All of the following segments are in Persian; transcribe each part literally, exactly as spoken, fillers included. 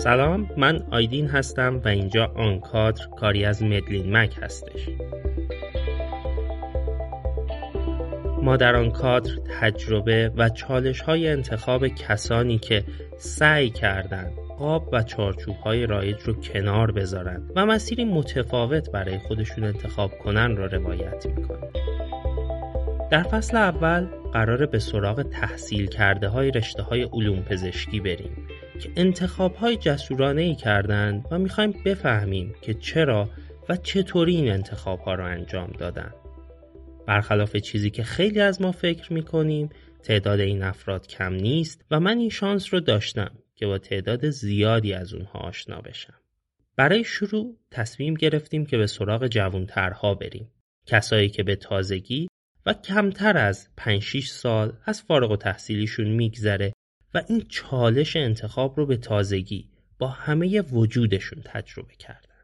سلام، من آیدین هستم و اینجا آنکادر کاری از مدلین مک هستش. ما در آنکادر تجربه و چالش‌های انتخاب کسانی که سعی کردند قاب و چارچوب‌های رایج رو کنار بذارن و مسیری متفاوت برای خودشون انتخاب کنن را روایت می‌کنیم. در فصل اول قراره به سراغ تحصیل کرده های رشته های علوم پزشکی بریم که انتخاب های جسورانه ای کردند و میخوایم بفهمیم که چرا و چطوری این انتخاب ها رو انجام دادن. برخلاف چیزی که خیلی از ما فکر میکنیم، تعداد این افراد کم نیست و من این شانس رو داشتم که با تعداد زیادی از اونها آشنا بشم. برای شروع تصمیم گرفتیم که به سراغ جوانترها بریم. کسایی که به تازگی و کمتر از پنج شش سال از فارغ التحصیلیشون میگذره و این چالش انتخاب رو به تازگی با همه وجودشون تجربه کردن.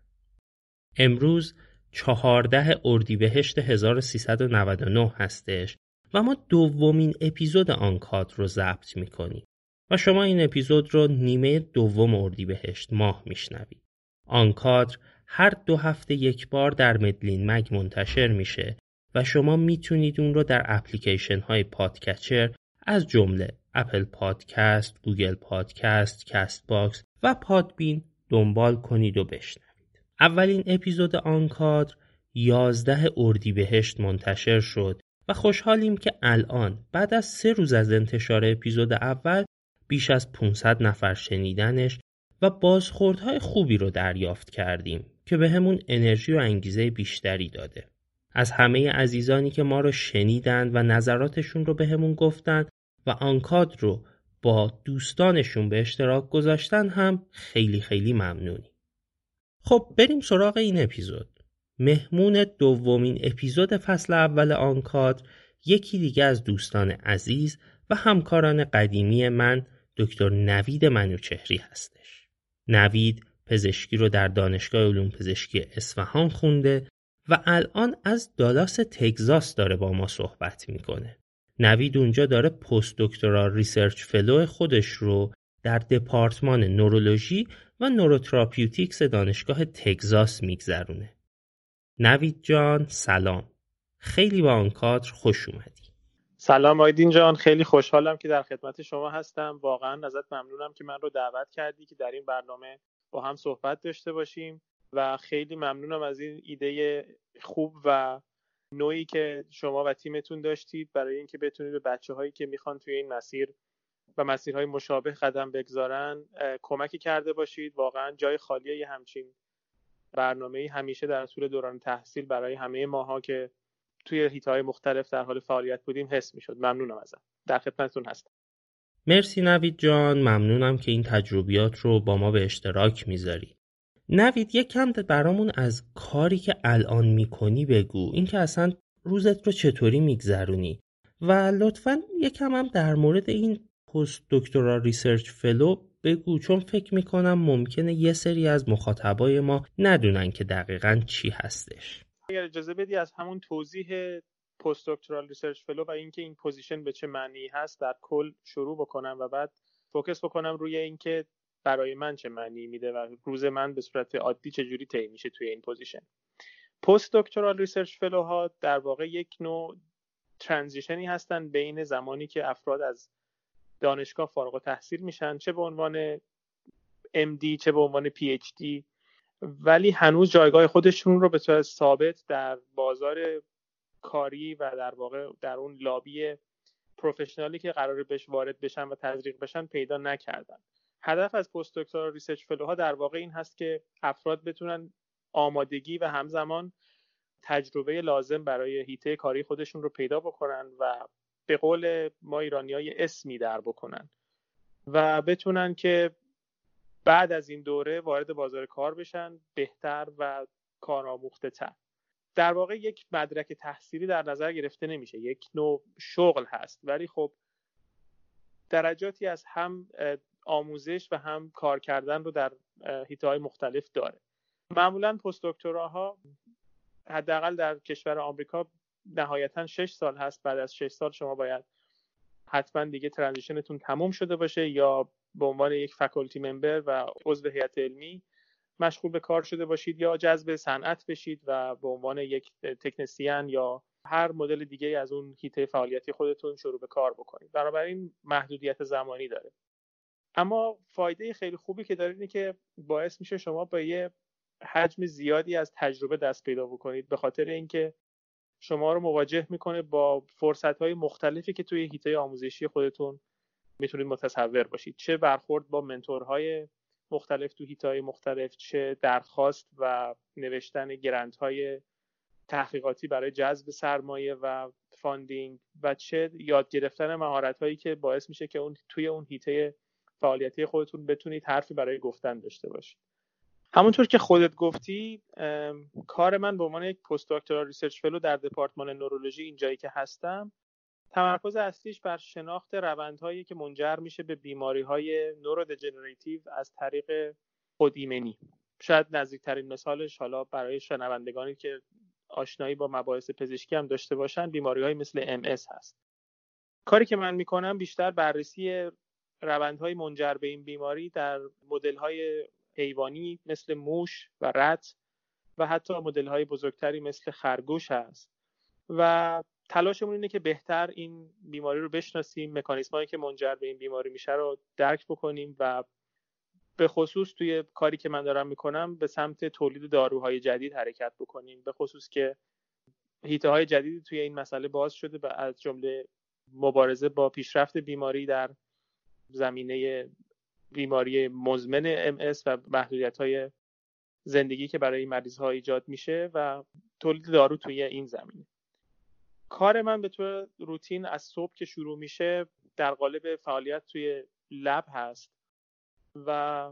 امروز چهاردهم اردیبهشت هزار و سیصد و نود و نه هستش و ما دومین اپیزود آنکادر رو ضبط میکنیم و شما این اپیزود رو نیمه دوم اردیبهشت ماه میشنوید. آنکادر هر دو هفته یک بار در مدلین مگ منتشر میشه و شما میتونید اون رو در اپلیکیشن های پادکچر از جمله اپل پادکست، گوگل پادکست، کست باکس و پادبین دنبال کنید و بشنوید. اولین اپیزود آنکادر یازدهم اردیبهشت منتشر شد و خوشحالیم که الان بعد از سه روز از انتشار اپیزود اول بیش از پانصد نفر شنیدنش و بازخوردهای خوبی رو دریافت کردیم که به همون انرژی و انگیزه بیشتری داده. از همه عزیزانی که ما رو شنیدند و نظراتشون رو به همون گفتن و آنکادر رو با دوستانشون به اشتراک گذاشتن هم خیلی خیلی ممنونی. خب بریم سراغ این اپیزود. مهمون دومین اپیزود فصل اول آنکادر یکی دیگه از دوستان عزیز و همکاران قدیمی من دکتر نوید منوچهری هستش. نوید پزشکی رو در دانشگاه علوم پزشکی اصفهان خونده و الان از دالاس تگزاس داره با ما صحبت میکنه. نوید اونجا داره پست دکترال ریسرچ فلو خودش رو در دپارتمان نورولوژی و نوروتراپیوتیکس دانشگاه تگزاس میگذرونه. نوید جان سلام. خیلی با آنکادر خوش اومدی. سلام آیدین جان، خیلی خوشحالم که در خدمت شما هستم. واقعا ازت ممنونم که من رو دعوت کردی که در این برنامه با هم صحبت داشته باشیم و خیلی ممنونم از این ایده خوب و نوعی که شما و تیمتون داشتید برای اینکه بتونید به بچه‌هایی که میخوان توی این مسیر و مسیرهای مشابه قدم بگذارن کمکی کرده باشید. واقعا جای خالیه یه همچین برنامه‌ای همیشه در طول دوران تحصیل برای همه ماها که توی حیطه‌های مختلف در حال فعالیت بودیم حس می‌شد. ممنونم ازت. در خدمتتون هستم. مرسی نوید جان، ممنونم که این تجربیات رو با ما به اشتراک میذاری. نوید یک کم برامون از کاری که الان میکنی بگو، این که اصلا روزت رو چطوری میگذرونی و لطفاً یک کم هم در مورد این پست دکترال ریسرچ فلو بگو، چون فکر میکنم ممکنه یه سری از مخاطبای ما ندونن که دقیقاً چی هستش. اگر اجازه بدی از همون توضیح پست دکترال ریسرچ فلو و اینکه این پوزیشن به چه معنی هست در کل شروع بکنم و بعد فوکس بکنم روی اینکه برای من چه معنی میده و روز من به صورت عادی چه جوری طی میشه توی این پوزیشن. پست دکترال ریسرچ فلو ها در واقع یک نوع ترانزیشنی هستن بین زمانی که افراد از دانشگاه فارغ التحصیل میشن، چه به عنوان ام دی چه به عنوان پی اچ دی، ولی هنوز جایگاه خودشون رو به صورت ثابت در بازار کاری و در واقع در اون لابی پروفشنالی که قراره بهش وارد بشن و تزریق بشن پیدا نکردن. هدف از پست دکترال ریسرچ فلوها در واقع این هست که افراد بتونن آمادگی و همزمان تجربه لازم برای حیطه کاری خودشون رو پیدا بکنن و به قول ما ایرانیای اسمی در بکنن و بتونن که بعد از این دوره وارد بازار کار بشن بهتر و کارآموخته تر. در واقع یک مدرک تحصیلی در نظر گرفته نمیشه، یک نوع شغل هست، ولی خب درجاتی از هم آموزش و هم کار کردن رو در حیطه‌های مختلف داره. معمولاً پست دکتراها حداقل در کشور آمریکا نهایتاً شش سال هست. بعد از شش سال شما باید حتما دیگه ترانزیشنتون تموم شده باشه یا به عنوان یک فکالتی ممبر و عضو هیئت علمی مشغول به کار شده باشید یا جذب صنعت بشید و به عنوان یک تکنسین یا هر مدل دیگه از اون حیطه فعالیتی خودتون شروع به کار بکنید. بنابراین محدودیت زمانی داره. اما فایده خیلی خوبی که داره اینه که باعث میشه شما با یه حجم زیادی از تجربه دست پیدا بکنید، به خاطر اینکه شما رو مواجه میکنه با فرصت‌های مختلفی که توی حیطه آموزشی خودتون میتونید متصور باشید، چه برخورد با منتورهای مختلف تو حیطه‌های مختلف، چه درخواست و نوشتن گرانت‌های تحقیقاتی برای جذب سرمایه و فاندینگ، و چه یاد گرفتن مهارت‌هایی که باعث میشه که اون توی اون حیطه فعالیتی خودتون بتونید حرفی برای گفتن داشته باشید. همونطور که خودت گفتی، کار من به عنوان یک پست دکترال ریسرچ فلو در دپارتمان نورولوژی اینجایی که هستم، تمرکز اصلیش بر شناخت روندهایی که منجر میشه به بیماری‌های نورودژنراتیو از طریق خودایمنی. شاید نزدیکترین مثالش حالا برای شنوندگانی که آشنایی با مباحث پزشکی هم داشته باشن، بیماری‌های مثل ام اس هست. کاری که من میکنم بیشتر بررسی روندهای منجر به این بیماری در مدل‌های حیوانی مثل موش و رت و حتی مدل‌های بزرگتری مثل خرگوش هست و تلاشمون اینه که بهتر این بیماری رو بشناسیم، مکانیزمایی که منجر به این بیماری میشه رو درک بکنیم و به خصوص توی کاری که من دارم میکنم به سمت تولید داروهای جدید حرکت بکنیم، به خصوص که حیطه‌های جدیدی توی این مسئله باز شده و از جمله مبارزه با پیشرفت بیماری در زمینه بیماری مزمن ام اس و محدودیت‌های زندگی که برای این مریض‌ها ایجاد میشه و تولید دارو توی این زمینه. کار من به طور روتین از صبح که شروع میشه در قالب فعالیت توی لب هست و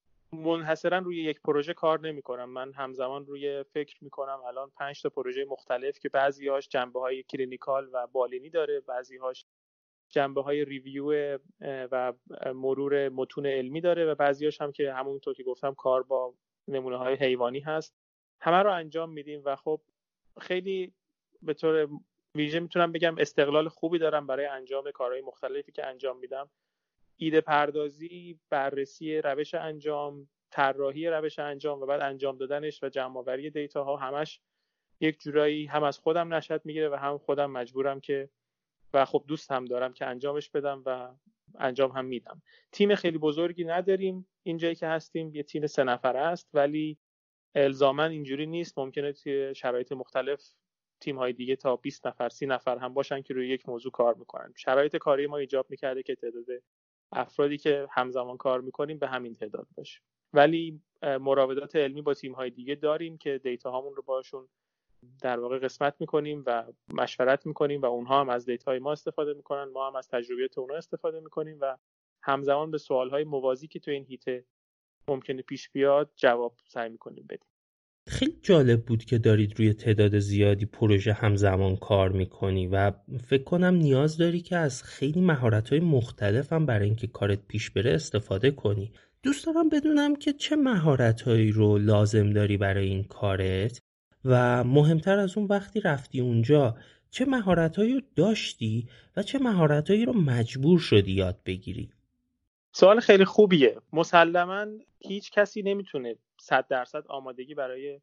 منحصرا روی یک پروژه کار نمی کنم. من همزمان روی فکر می کنم الان پنج تا پروژه مختلف که بعضی هاش جنبه های کلینیکال و بالینی داره، بعضی هاش جنبه های ریویو و مرور متون علمی داره و بعضی هاش هم که همونطور که گفتم کار با نمونه های حیوانی هست. همه رو انجام میدیم و خب خیلی به طور ویژه میتونم بگم استقلال خوبی دارم برای انجام کارهای مختلفی که انجام میدم. ایده پردازی، بررسی روش انجام، طراحی روش انجام و بعد انجام دادنش و جمع‌آوری دیتاها همش یک جورایی هم از خودم نشأت میگیره و هم خودم مجبورم که و خب دوست هم دارم که انجامش بدم و انجام هم میدم. تیم خیلی بزرگی نداریم اینجایی که هستیم، یه تیم سه نفره است، ولی الزاما اینجوری نیست. ممکنه توی شرایط مختلف تیم‌های دیگه تا بیست نفر سی نفر هم باشن که روی یک موضوع کار میکنن. شرایط کاری ما ایجاب میکرده که تعداد افرادی که همزمان کار میکنیم به همین تعداد باشه، ولی مراودات علمی با تیم‌های دیگه داریم که دیتاهامون رو باشون در واقع قسمت میکنیم و مشورت میکنیم و اونها هم از دیتاهای ما استفاده میکنن، ما هم از تجربیات اونها استفاده میکنیم و همزمان به سوالهای موازی که تو این حیطه ممکنه پیش بیاد جواب سعی میکنیم بدیم. خیلی جالب بود که دارید روی تعداد زیادی پروژه همزمان کار میکنی و فکر کنم نیاز داری که از خیلی مهارت‌های مختلف هم برای اینکه کارت پیش بره استفاده کنی. دوست دارم بدونم که چه مهارت‌هایی رو لازم داری برای این کارت و مهمتر از اون وقتی رفتی اونجا چه مهارت‌هایی رو داشتی و چه مهارت‌هایی رو مجبور شدی یاد بگیری. سوال خیلی خوبیه. مسلماً هیچ کسی نمیتونه صد درصد آمادگی برای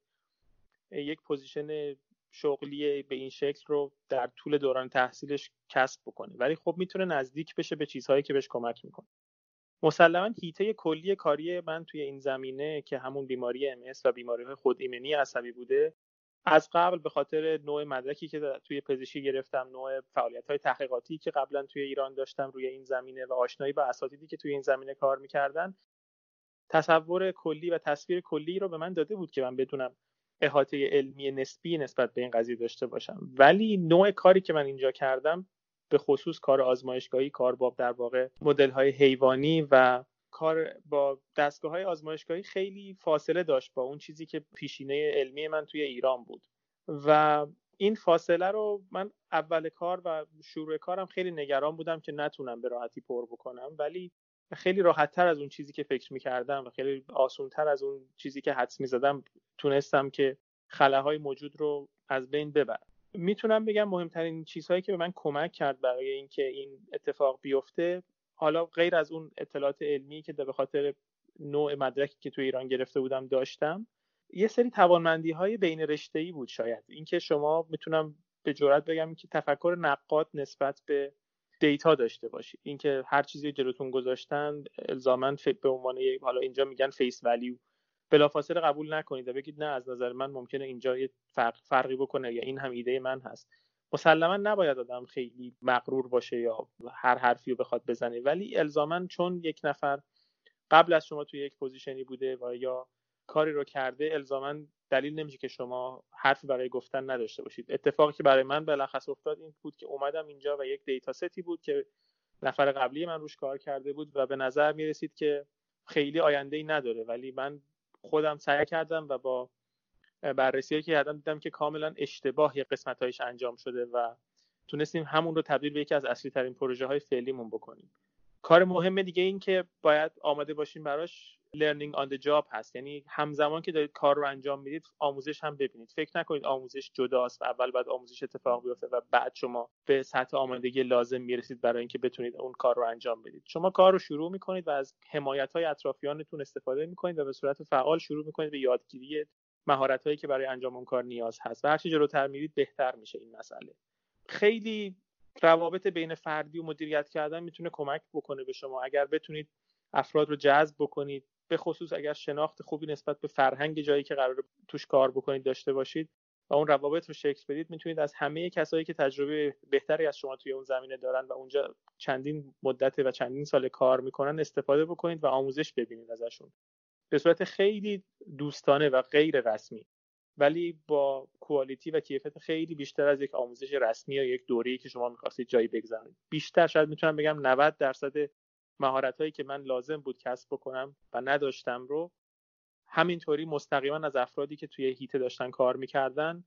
یک پوزیشن شغلی به این شکل رو در طول دوران تحصیلش کسب بکنه، ولی خب میتونه نزدیک بشه به چیزهایی که بهش کمک میکنه. مسلماً حیطه کلی کاری من توی این زمینه که همون بیماری ام اس و بیماری‌های خودایمنی عصبی بوده، از قبل به خاطر نوع مدرکی که توی پزشکی گرفتم، نوع فعالیت‌های تحقیقاتی که قبلا توی ایران داشتم روی این زمینه و آشنایی با اساتیدی که توی این زمینه کار می‌کردن، تصور کلی و تصویر کلی رو به من داده بود که من بدونم احاطه علمی نسبی نسبت به این قضیه داشته باشم. ولی نوع کاری که من اینجا کردم، به خصوص کار آزمایشگاهی، کار با در واقع مدل‌های حیوانی و کار با دستگاه‌های آزمایشگاهی، خیلی فاصله داشت با اون چیزی که پیشینه علمی من توی ایران بود و این فاصله رو من اول کار و شروع کارم خیلی نگران بودم که نتونم به راحتی پر بکنم، ولی خیلی راحت‌تر از اون چیزی که فکر می‌کردم و خیلی آسان‌تر از اون چیزی که حدس می‌زدم تونستم که خلاهای موجود رو از بین ببرم. میتونم بگم مهمترین چیزهایی که به من کمک کرد برای اینکه این اتفاق بیفته حالا غیر از اون اطلاعات علمی که به خاطر نوع مدرکی که تو ایران گرفته بودم داشتم، یه سری توانمندی‌های بین رشته‌ای بود. شاید اینکه شما میتونم به جرئت بگم که تفکر نقاد نسبت به دیتا داشته باشید، اینکه هر چیزی جلوتون گذاشتن الزاماً به عنوان حالا اینجا میگن فیس ولیو بلافاصله قبول نکنید و بگید نه از نظر من ممکنه اینجا یه فرق فرقی بکنه یا این هم ایده من هست. مسلماً نباید آدم خیلی مغرور باشه یا هر حرفی رو بخواد بزنه، ولی الزاماً چون یک نفر قبل از شما توی یک پوزیشنی بوده و یا کاری رو کرده الزاماً دلیل نمیشه که شما حرفی برای گفتن نداشته باشید. اتفاقی که برای من بالاخص افتاد این بود که اومدم اینجا و یک دیتا ستی بود که نفر قبلی من روش کار کرده بود و به نظر میرسید که خیلی آینده‌ای نداره، ولی من خودم سعی کردم و با بررسی‌هایی که کردم دیدم که کاملا اشتباه یک قسمت‌هایش انجام شده و تونستیم همون رو تبدیل به یکی از اصلی ترین پروژه‌های فعلیمون بکنیم. کار مهم دیگه این که باید آماده باشیم براش learning on the job هست، یعنی همزمان که دارید کار رو انجام میدید آموزش هم ببینید. فکر نکنید آموزش جداست و اول بعد آموزش اتفاق بیفته و بعد شما به سطح آمادگی لازم میرسید برای اینکه بتونید اون کار رو انجام بدید. شما کار رو شروع میکنید و از حمایت‌های اطرافیانتون استفاده میکنید و به صورت فعال شروع میکنید به یادگیری مهارت‌هایی که برای انجام اون کار نیاز هست و هر چه جلوتر میرید بهتر میشه این مسئله. خیلی روابط بین فردی و مدیریت کردن میتونه کمک بکنه به شما اگر بتونید افراد رو جذب بکنید، به خصوص اگر شناخت خوبی نسبت به فرهنگ جایی که قراره توش کار بکنید داشته باشید و اون روابط رو شکل بدید، میتونید از همه کسایی که تجربه بهتری از شما توی اون زمینه دارن و اونجا چندین مدت و چندین سال کار میکنن استفاده بکنید و آموزش ببینید ازشون به صورت خیلی دوستانه و غیر رسمی، ولی با کوالیتی و کیفیت خیلی بیشتر از یک آموزش رسمی یا یک دوره‌ای که شما می‌خواستید جایی بگذارید. بیشتر شاید میتونم بگم نود درصد مهارت‌هایی که من لازم بود کسب بکنم و نداشتم رو همینطوری مستقیما از افرادی که توی هیته داشتن کار می‌کردن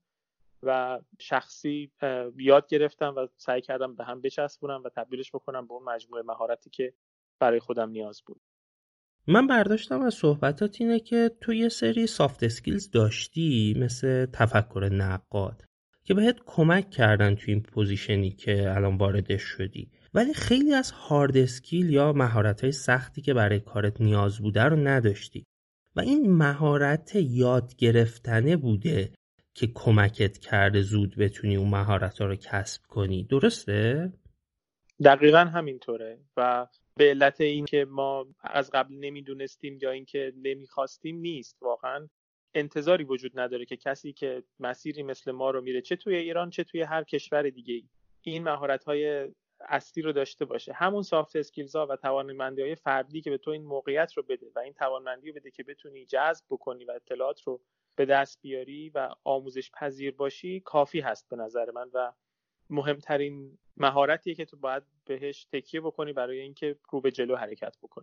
و شخصی یاد گرفتم و سعی کردم به هم بچسبونم و تبدیلش بکنم به اون مجموعه مهارتی که برای خودم نیاز بود. من برداشتم از صحبتات اینه که تو یه سری سافت اسکیلز داشتی مثل تفکر نقاد که بهت کمک کردن تو این پوزیشنی که الان واردش شدی، ولی خیلی از هارد اسکیل یا مهارت‌های سختی که برای کارت نیاز بوده رو نداشتی و این مهارت یاد گرفتنه بوده که کمکت کرده زود بتونی اون مهارت‌ها رو کسب کنی. درسته؟ دقیقاً همینطوره و به علت این که ما از قبل نمیدونستیم یا اینکه نمیخواستیم نیست، واقعاً انتظاری وجود نداره که کسی که مسیری مثل ما رو میره چه توی ایران چه توی هر کشور دیگه این مهارت‌های اصلی رو داشته باشه. همون سافت اسکیلزها و توانمندی‌های فردی که به تو این موقعیت رو بده و این توانمندی رو بده که بتونی جذب بکنی و اطلاعات رو به دست بیاری و آموزش پذیر باشی کافی هست به نظر من و مهمترین مهارتیه که تو باید بهش تکیه بکنی برای اینکه رو به جلو حرکت بکنی.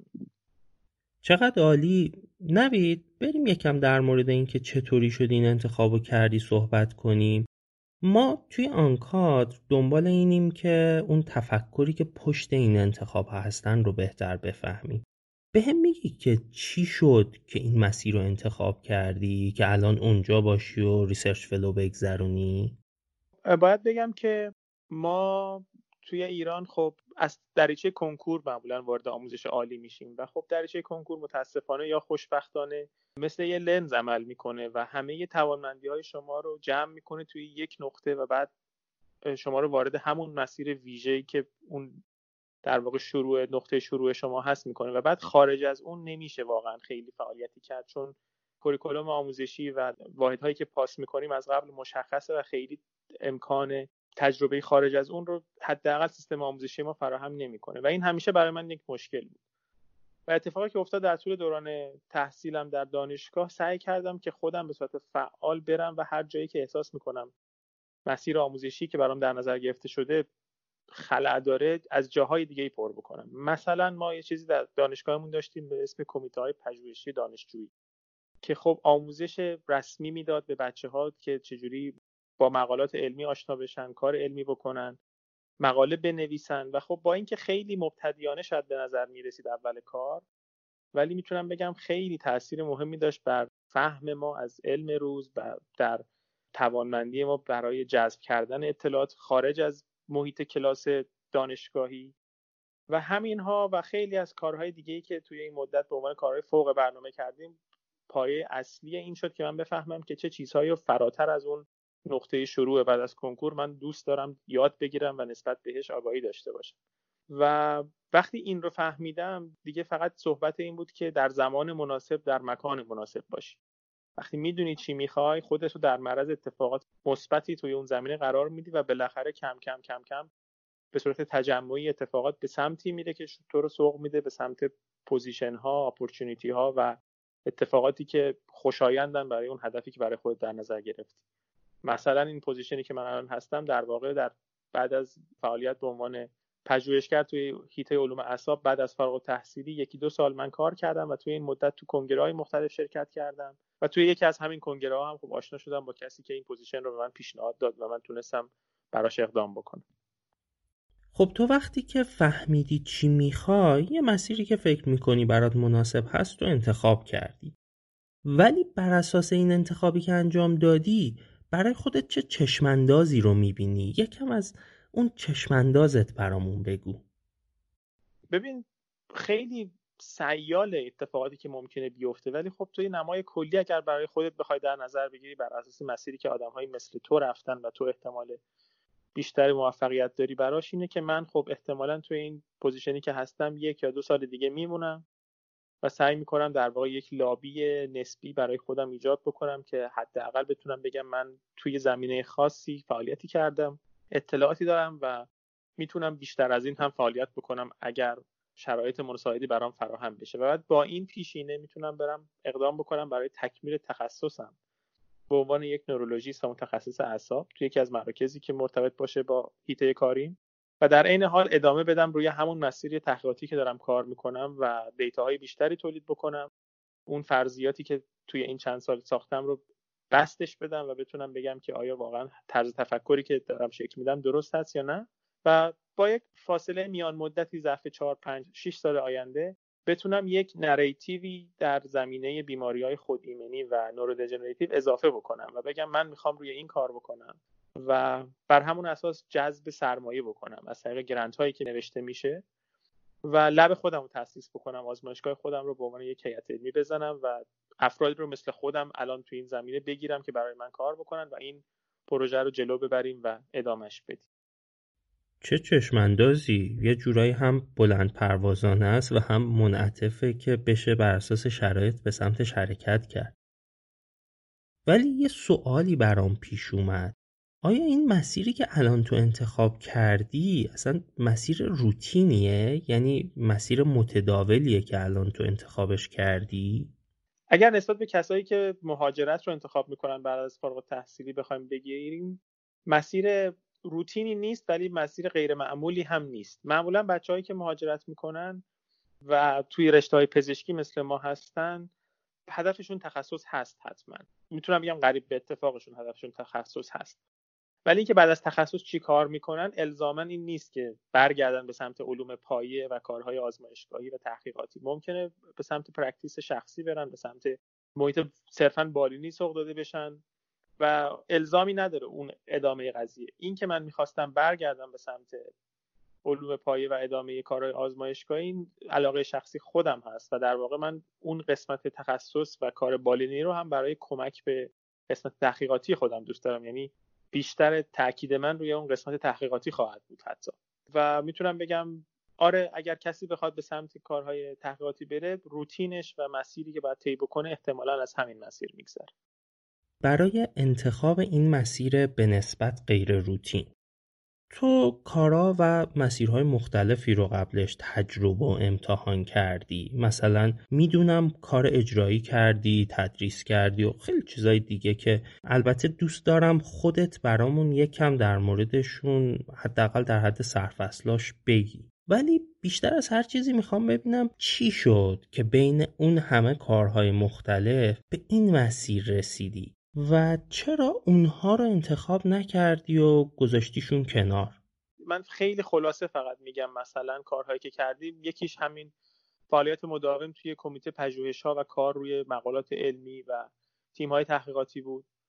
چقدر عالی. نوید بریم یکم در مورد این که چطوری شد این انتخابو کردی صحبت کنیم. ما توی آنکادر دنبال اینیم که اون تفکری که پشت این انتخاب هستن رو بهتر بفهمیم. به هم میگی که چی شد که این مسیر رو انتخاب کردی که الان اونجا باشی و ریسرچ فلو بگذرونی؟ باید بگم که ما توی ایران خب از دریچه کنکور معمولا وارد آموزش عالی میشیم و خب دریچه کنکور متاسفانه یا خوشبختانه مثل یه لنز عمل میکنه و همه توانمندی‌های شما رو جمع میکنه توی یک نقطه و بعد شما رو وارد همون مسیر ویژه‌ای که اون در واقع شروع نقطه شروع شما هست میکنه و بعد خارج از اون نمیشه واقعا خیلی فعالیتی کرد، چون کوریکولوم آموزشی و واحدهایی که پاس میکنیم از قبل مشخصه و خیلی امکان تجربه خارج از اون رو حداقل سیستم آموزشی ما فراهم نمیکنه و این همیشه برای من یک مشکل بود. و اتفاقی که افتاد در طول دوران تحصیلم در دانشگاه سعی کردم که خودم به صورت فعال برم و هر جایی که احساس میکنم مسیر آموزشی که برام در نظر گرفته شده خلأ داره از جاهای دیگه پر بکنم. مثلا ما یه چیزی در دانشگاهمون داشتیم به اسم کمیته‌های پژوهشی دانشجویی که خب آموزش رسمی میداد به بچه‌ها که چجوری با مقالات علمی آشنا بشن، کار علمی بکنن، مقاله بنویسن و خب با اینکه خیلی مبتدیانه شاید به نظر میرسید اول کار، ولی میتونم بگم خیلی تاثیر مهمی داشت بر فهم ما از علم روز و در توانمندی ما برای جذب کردن اطلاعات خارج از محیط کلاس دانشگاهی و همینها و خیلی از کارهای دیگه‌ای که توی این مدت به عنوان کارهای فوق برنامه کردیم، پایه اصلی این شد که من بفهمم که چه چیزهایی فراتر از اون نقطه شروع بعد از کنکور من دوست دارم یاد بگیرم و نسبت بهش آگاهی داشته باشم. و وقتی این رو فهمیدم دیگه فقط صحبت این بود که در زمان مناسب در مکان مناسب باشی. وقتی میدونی چی میخوای، خودت رو در معرض اتفاقات مثبتی توی اون زمینه قرار میدی و بالاخره کم کم کم کم به صورت تجمعی اتفاقات به سمتی میره که تو رو سوق میده به سمت پوزیشن ها، اپورتونیتی ها و اتفاقاتی که خوشایندن برای اون هدفی که برای خودت در نظر گرفتی. مثلا این پوزیشنی که من الان هستم در واقع در بعد از فعالیت به عنوان پژوهشگر توی حیطه علوم اعصاب بعد از فارغ التحصیلی یکی دو سال من کار کردم و توی این مدت تو کنگره‌های مختلف شرکت کردم و توی یکی از همین کنگره‌ها هم خب آشنا شدم با کسی که این پوزیشن رو به من پیشنهاد داد و من تونستم براش اقدام بکنم. خب تو وقتی که فهمیدی چی میخوای، یه مسیری که فکر میکنی برات مناسب هست رو انتخاب کردی. ولی بر اساس این انتخابی که انجام دادی برای خودت چه چشماندازی رو میبینی؟ یکم از اون چشماندازت برامون بگو. ببین خیلی سیال اتفاقاتی که ممکنه بیفته، ولی خب توی نمای کلی اگر برای خودت بخوای در نظر بگیری بر اساس مسیری که آدم‌های مثل تو رفتن و تو احتمال بیشتر موفقیت داری براش، اینه که من خب احتمالاً توی این پوزیشنی که هستم یک یا دو سال دیگه میمونم و سعی میکنم در واقع یک لابی نسبی برای خودم ایجاد بکنم که حداقل بتونم بگم من توی زمینه خاصی فعالیتی کردم، اطلاعاتی دارم و میتونم بیشتر از این هم فعالیت بکنم اگر شرایط مساعدی برام فراهم بشه. و بعد با این پیشینه میتونم برم اقدام بکنم برای تکمیل تخصصم به عنوان یک نورولوژیست و متخصص اعصاب توی یکی از مراکزی که مرتبط باشه با حیطه کاریم و در عین حال ادامه بدم روی همون مسیر تحقیقاتی که دارم کار میکنم و دیتاهای بیشتری تولید بکنم، اون فرضیاتی که توی این چند سال ساختم رو بستش بدم و بتونم بگم که آیا واقعا طرز تفکری که دارم شکل میدم درست هست یا نه، و با یک فاصله میان مدتی ظرف چهار پنج شش سال آینده بتونم یک نریتیوی در زمینه بیماری‌های خود ایمنی و نورودژنراتیو اضافه بکنم و بگم من میخوام روی این کار بکنم و بر همون اساس جذب سرمایه بکنم از طریق گرانت هایی که نوشته میشه و لب خودم رو تأسیس بکنم، آزمایشگاه خودم رو به عنوان یک هیئت علمی بزنم و افرادی رو مثل خودم الان تو این زمینه بگیرم که برای من کار بکنن و این پروژه رو جلو ببریم و ادامهش بدیم. چه چشماندازی، یه جورایی هم بلند پروازانه است و هم منعطفه که بشه بر اساس شرایط به سمتش حرکت کرد. ولی یه سوالی برام پیش اومد. آیا این مسیری که الان تو انتخاب کردی اصلا مسیر روتینیه؟ یعنی مسیر متداولیه که الان تو انتخابش کردی؟ اگر نسبت به کسایی که مهاجرت رو انتخاب میکنن بعد از فارغ التحصیلی بخوایم بگیریم، مسیر روتینی نیست ولی مسیر غیر معمولی هم نیست. معمولا بچه‌هایی که مهاجرت میکنن و توی رشته‌های پزشکی مثل ما هستن هدفشون تخصص هست، حتما میتونم بگم قریب به اتفاقشون هدفشون تخصص هست، ولی اینکه بعد از تخصص چی کار میکنن الزاما این نیست که برگردن به سمت علوم پایه و کارهای آزمایشگاهی و تحقیقاتی. ممکنه به سمت پرکتیس شخصی برن، به سمت محیط صرفا بالینی سوق داده بشن و الزامی نداره اون ادامه قضیه. این که من میخواستم برگردم به سمت علوم پایه و ادامه کارهای آزمایشگاهی این علاقه شخصی خودم هست و در واقع من اون قسمت تخصص و کار بالینی رو هم برای کمک به قسمت تحقیقاتی خودم دوست دارم، یعنی بیشتر تاکید من روی اون قسمت تحقیقاتی خواهد بود حتی. و میتونم بگم آره اگر کسی بخواد به سمت کارهای تحقیقاتی بره، روتینش و مسیری که باید طی بکنه احتمالاً از همین مسیر میگذره. برای انتخاب این مسیر به نسبت غیر روتین، تو کارا و مسیرهای مختلفی رو قبلش تجربه و امتحان کردی. مثلا میدونم کار اجرایی کردی، تدریس کردی و خیلی چیزای دیگه که البته دوست دارم خودت برامون یکم در موردشون حداقل در حد سرفصلاش بگی. ولی بیشتر از هر چیزی میخوام ببینم چی شد که بین اون همه کارهای مختلف به این مسیر رسیدی و چرا اونها رو انتخاب نکردی و گذاشتیشون کنار؟ من خیلی خلاصه فقط میگم مثلا کارهایی که کردیم، یکیش همین فعالیت مداوم توی کمیته پژوهش‌ها و کار روی مقالات علمی و تیم‌های تحقیقاتی بود.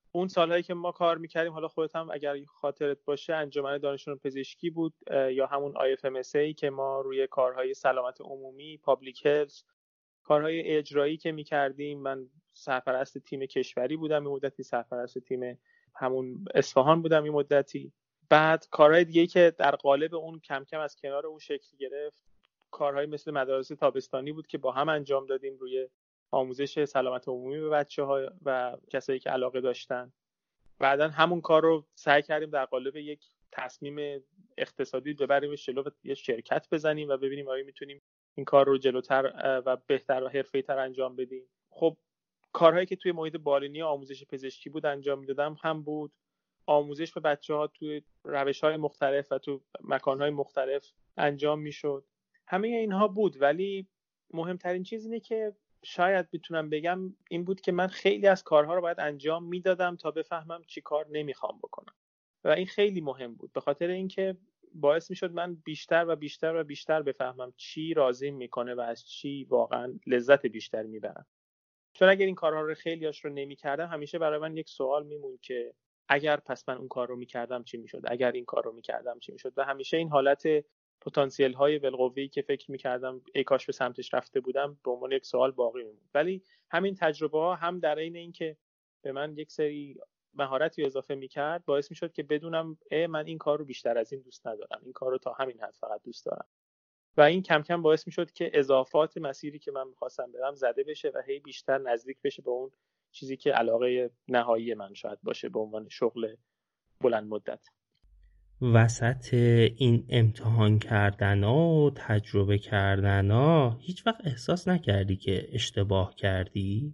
اون سالهایی که ما کار میکردیم، حالا خودت هم اگر خاطرت باشه انجمن دانشجویان پزشکی بود یا همون آی اف ام اس ای که ما روی کارهای سلامت عمومی، پابلیک هلث، کارهای اجرایی که میکردیم، من سرپرست تیم کشوری بودم این مدتی، سرپرست تیم همون اصفهان بودم این مدتی. بعد کارهای دیگه که در قالب اون کم کم از کنار اون شکل گرفت، کارهای مثل مدارس تابستانی بود که با هم انجام دادیم روی آموزش سلامت عمومی به بچه‌ها و کسایی که علاقه داشتن. بعدن همون کار رو سعی کردیم در قالب یک تصمیم اقتصادی ببریمش جلو و یه شرکت بزنیم و ببینیم آیا میتونیم این کار رو جلوتر و بهتر و حرفه‌ای‌تر انجام بدیم. خب کارهایی که توی محیط بالینی آموزش پزشکی بود انجام میدادم هم بود، آموزش به بچه‌ها توی روش‌های مختلف و تو مکان‌های مختلف انجام میشد. همه اینها بود، ولی مهمترین چیز اینه که شاید بتونم بگم این بود که من خیلی از کارها رو باید انجام میدادم تا بفهمم چی کار نمیخوام بکنم و این خیلی مهم بود، به خاطر اینکه باعث میشد من بیشتر و بیشتر و بیشتر بفهمم چی راضیم میکنه و از چی واقعا لذت بیشتر میبرم. چون اگر این کارها رو خیلیاش رو نمیکردم، همیشه برای من یک سوال میمون که اگر پس من اون کار رو میکردم چی میشد، اگر این کار رو میکردم چی میشد. و همیشه این حالت پتانسیل های بالقوه‌ای که فکر میکردم ای کاش به سمتش رفته بودم به عنوان یک سوال باقی میموند. ولی همین تجربه ها هم در عین این که به من یک سری مهارتی اضافه میکرد، باعث میشد که بدونم ای من این کار رو بیشتر از این دوست ندارم، این کار رو تا همین حد فقط دوست دارم. و این کم کم باعث میشد که اضافات مسیری که من میخواستم برم زده بشه و هی بیشتر نزدیک بشه به اون چیزی که علاقه نهایی من شاید باشه به عنوان شغل بلند مدت. وسط این امتحان کردن و تجربه کردن ها هیچ وقت احساس نکردی که اشتباه کردی؟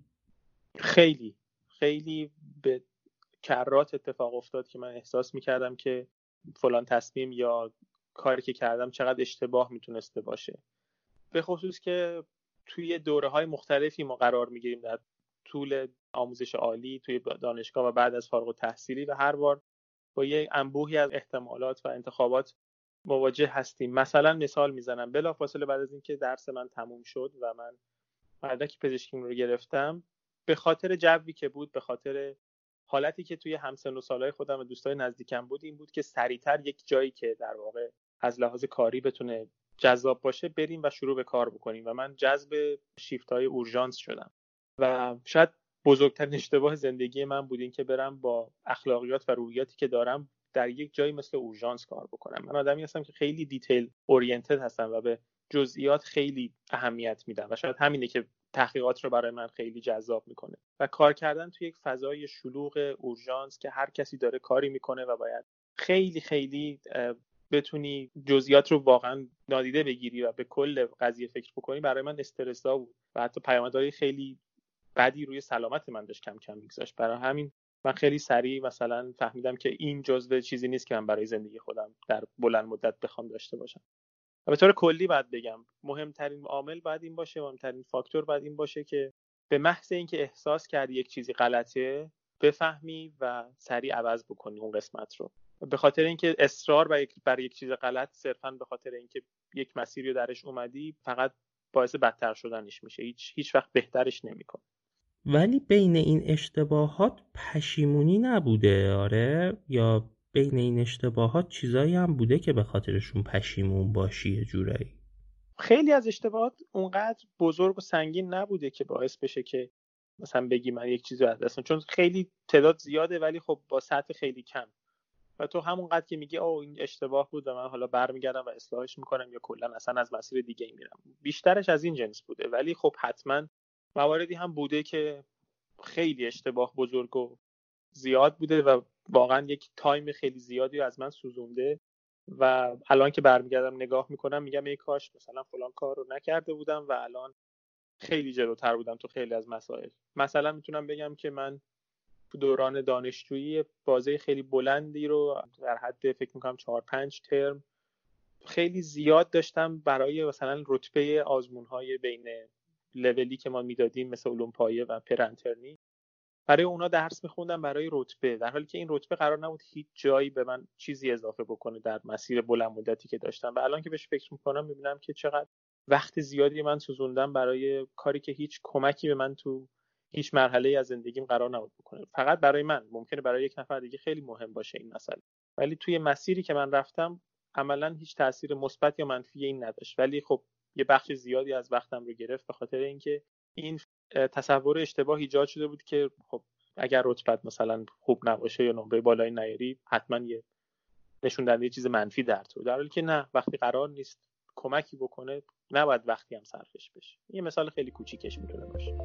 خیلی خیلی به کرات اتفاق افتاد که من احساس میکردم که فلان تصمیم یا کاری که کردم چقدر اشتباه میتونسته باشه. به خصوص که توی دوره‌های مختلفی ما قرار میگیریم در طول آموزش عالی توی دانشگاه و بعد از فارغ التحصیلی و هر بار با یه انبوهی از احتمالات و انتخابات مواجه هستیم. مثلا مثال میزنم، بلافاصله بعد از اینکه درس من تموم شد و من مدرک پزشکیم رو گرفتم، به خاطر جوی که بود، به خاطر حالتی که توی همسن و سالای خودم و دوستای نزدیکم بود، این بود که سریعتر یک جایی که در واقع از لحاظ کاری بتونه جذاب باشه بریم و شروع به کار بکنیم و من جذب شیفت‌های اورژانس شدم و شاید بزرگترین اشتباه زندگی من بود این که برم با اخلاقیات و روحیاتی که دارم در یک جایی مثل اورژانس کار بکنم. من آدمی هستم که خیلی دیتیل اورینتد هستم و به جزئیات خیلی اهمیت میدم و شاید همینه که تحقیقات رو برای من خیلی جذاب میکنه و کار کردن توی یک فضای شلوغ اورژانس که هر کسی داره کاری میکنه و باید خیلی خیلی بتونی جزئیات رو واقعا نادیده بگیری و به کل قضیه فکر بکنی، برای من استرس‌زا بود و حتی پیامدهای خیلی بدی روی سلامت من داشت کم کم میگذاشت. برای همین من خیلی سریع مثلا فهمیدم که این جزء چیزی نیست که من برای زندگی خودم در بلند مدت بخوام داشته باشم. و به طور کلی باید بگم مهمترین عامل باید این باشه، مهمترین فاکتور باید این باشه که به محض اینکه احساس کردی یک چیزی غلطه بفهمی و سریع عوض بکنی اون قسمت رو. به خاطر اینکه اصرار بر یک بر یک چیز غلط صرفاً به خاطر اینکه یک مسیری رو درش اومدی فقط باعث بدتر شدنش میشه، هیچ هیچ وقت بهترش نمیکنه. ولی بین این اشتباهات پشیمونی نبوده؟ آره، یا بین این اشتباهات چیزایی هم بوده که به خاطرشون پشیمون باشی یه جورایی؟ خیلی از اشتباهات اونقدر بزرگ و سنگین نبوده که باعث بشه که مثلا بگی من یک چیزی رو از دست، چون خیلی تعداد زیاده ولی خب با سطح خیلی کم و تو همونقدر که میگی اوه این اشتباه بود و من حالا برمیگردم و اصلاحش میکنم یا کلا اصلا از مسیر دیگه میرم، بیشترش از این جنس بوده. ولی خب حتما مواردی هم بوده که خیلی اشتباه بزرگ و زیاد بوده و واقعا یک تایم خیلی زیادی از من سوزونده و الان که برمیگردم نگاه میکنم میگم ای کاش مثلا فلان کار رو نکرده بودم و الان خیلی جلوتر بودم تو خیلی از مسائل. مثلا میتونم بگم که من تو دوران دانشجویی بازه خیلی بلندی رو در حد فکر میکنم چهار پنج ترم خیلی زیاد داشتم برای مثلا رتبه آزمون‌های بین لولی که ما میدادیم مثل علوم پایه و پرانترنی، برای اونا درس میخوندم برای رتبه، در حالی که این رتبه قرار نبود هیچ جایی به من چیزی اضافه بکنه در مسیر بلند مدتی که داشتم. و الان که بهش فکر میکنم میبینم که چقدر وقت زیادی من سوزوندم برای کاری که هیچ کمکی به من تو هیچ مرحله‌ای از زندگیم قرار نبود بکنه. فقط برای من، ممکنه برای یک نفر دیگه خیلی مهم باشه این مسئله، ولی توی مسیری که من رفتم عملاً هیچ تأثیر مثبت یا منفی این نداشت. ولی خب یه بخش زیادی از وقتم رو گرفت به خاطر اینکه این تصور اشتباه ایجاد شده بود که خب اگر رتبت مثلا خوب نباشه یا نمره بالایی نیاری حتما یه نشون دهنده چیز منفی در تو، در حالی که نه، وقتی قرار نیست کمکی بکنه نباید وقتی هم صرفش بشه. یه مثال خیلی کوچیکش میتونه باشه.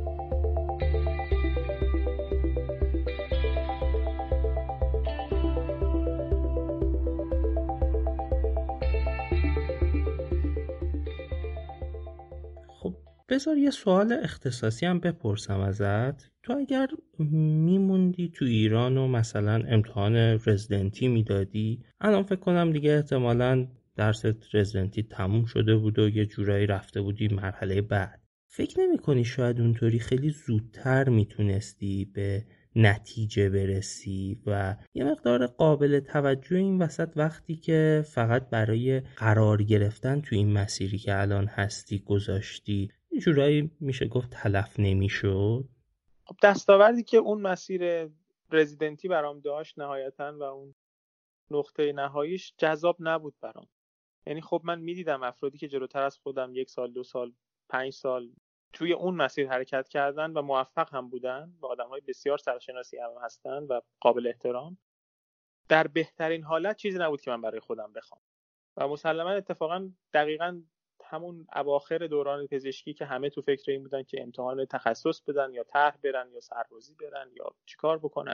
بذار یه سوال اختصاصی هم بپرسم ازت. تو اگر میموندی تو ایران و مثلا امتحان رزیدنتی میدادی، الان فکر کنم دیگه احتمالاً درست رزیدنتی تموم شده بود و یه جورایی رفته بودی مرحله بعد، فکر نمی کنی شاید اونطوری خیلی زودتر میتونستی به نتیجه برسی و یه مقدار قابل توجه این وسط وقتی که فقط برای قرار گرفتن تو این مسیری که الان هستی گذاشتی، یه جورایی میشه گفت تلف نمیشد؟ خب دستاوردی که اون مسیر رزیدنتی برام داشت نهایتاً و اون نقطه نهاییش جذاب نبود برام. یعنی خب من میدیدم افرادی که جلوتر از خودم یک سال، دو سال، پنج سال توی اون مسیر حرکت کردن و موفق هم بودن و آدم‌های بسیار سرشناسی هم هستن و قابل احترام. در بهترین حالت چیزی نبود که من برای خودم بخوام و مسلماً اتفاقاً دقیقاً همون اواخر دوران پزشکی که همه تو فکر این بودن که امتحان تخصص بدن یا طرح برن یا سربازی برن یا چیکار بکنن،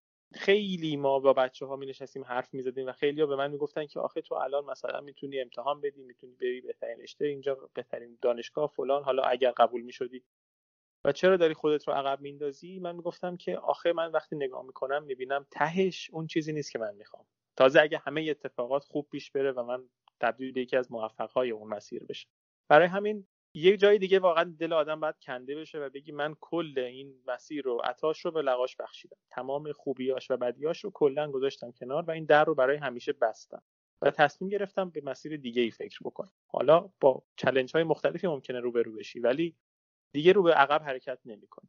خیلی ما با بچه‌ها می نشستیم حرف می‌زدیم و خیلی‌ها به من میگفتن که آخه تو الان مثلا میتونی امتحان بدی، میتونی بری بهترین رشته اینجا، بهترین دانشگاه فلان، حالا اگر قبول می‌شدی و چرا داری خودت رو عقب میندازی؟ من میگفتم که آخه من وقتی نگاه میکنم میبینم تهش اون چیزی نیست که من میخوام. تازه اگه همه اتفاقات خوب پیش بره و من تبدیل به یکی از موفق‌های اون مسیر بشم. برای همین یک جای دیگه واقعا دل آدم باید کنده بشه و بگی من کل این مسیر رو عطاش رو به لغاش بخشیدم، تمام خوبیاش و بدیاش رو کلا گذاشتم کنار و این در رو برای همیشه بستم و تصمیم گرفتم به مسیر دیگه‌ای فکر بکنم. حالا با چالش‌های مختلفی ممکنه روبرو بشی ولی دیگه رو به عقب حرکت نمی‌کنی.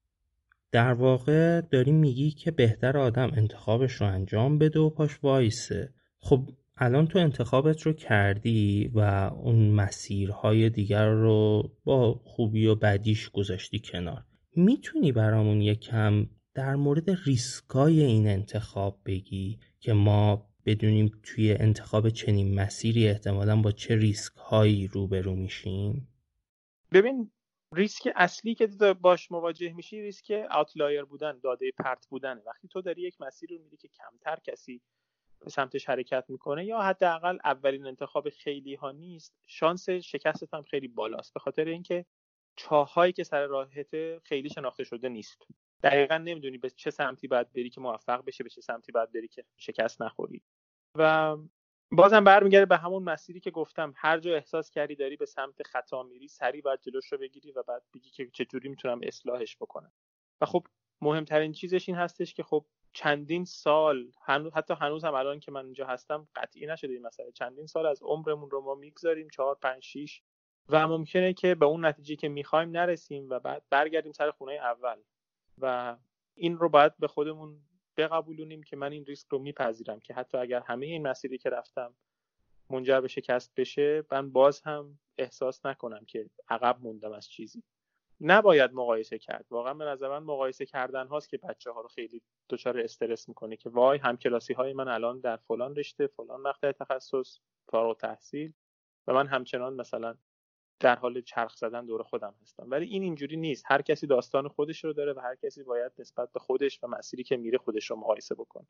در واقع داری میگی که بهتر آدم انتخابش رو انجام بده و پاش وایسه. خب الان تو انتخابت رو کردی و اون مسیرهای دیگر رو با خوبی و بدیش گذاشتی کنار. میتونی برامون یکم در مورد ریسکای این انتخاب بگی که ما بدونیم توی انتخاب چنین مسیری احتمالاً با چه ریسک‌هایی روبرو میشیم؟ ببین، ریسک اصلی که تو باش مواجه میشی ریسک آوتلایر بودن، داده پرت بودن. وقتی تو داری یک مسیر رو میری که کمتر کسی به سمتش حرکت میکنه یا حداقل اولین انتخاب خیلی ها نیست، شانس شکستت هم خیلی بالاست، به خاطر اینکه چاهایی که سر راهت خیلی شناخته شده نیست. دقیقاً نمیدونی به چه سمتی باید بری که موفق بشی، به چه سمتی باید بری که شکست نخوری. و بازم برمیگرده به همون مسیری که گفتم، هر جا احساس کردی داری به سمت خطا میری سریع باید جلوش رو بگیری و بعد بگی که چجوری میتونم اصلاحش بکنم. و خب مهمترین چیزش این هستش که خب چندین سال، هنوز حتی هنوز هم الان که من اینجا هستم قطعی نشده این مسئله، چندین سال از عمرمون رو ما میگذاریم، چهار پنج شش، و ممکنه که به اون نتیجه که میخوایم نرسیم و بعد برگردیم سر خونه اول. و این رو باید به خودمون بقبولونیم که من این ریسک رو میپذیرم که حتی اگر همه این مسیری که رفتم منجر به شکست بشه، من باز هم احساس نکنم که عقب موندم از چیزی. نباید مقایسه کرد. واقعا به نظر من مقایسه کردن هاست که بچه‌ها رو خیلی دچار استرس میکنه که وای همکلاسی های من الان در فلان رشته، فلان مقطع تخصص، فارغ التحصیل و من همچنان مثلا در حال چرخ زدن دور خودم هستم. ولی این اینجوری نیست. هر کسی داستان خودش رو داره و هر کسی باید نسبت به خودش و مسیری که میره خودش رو مقایسه بکنه.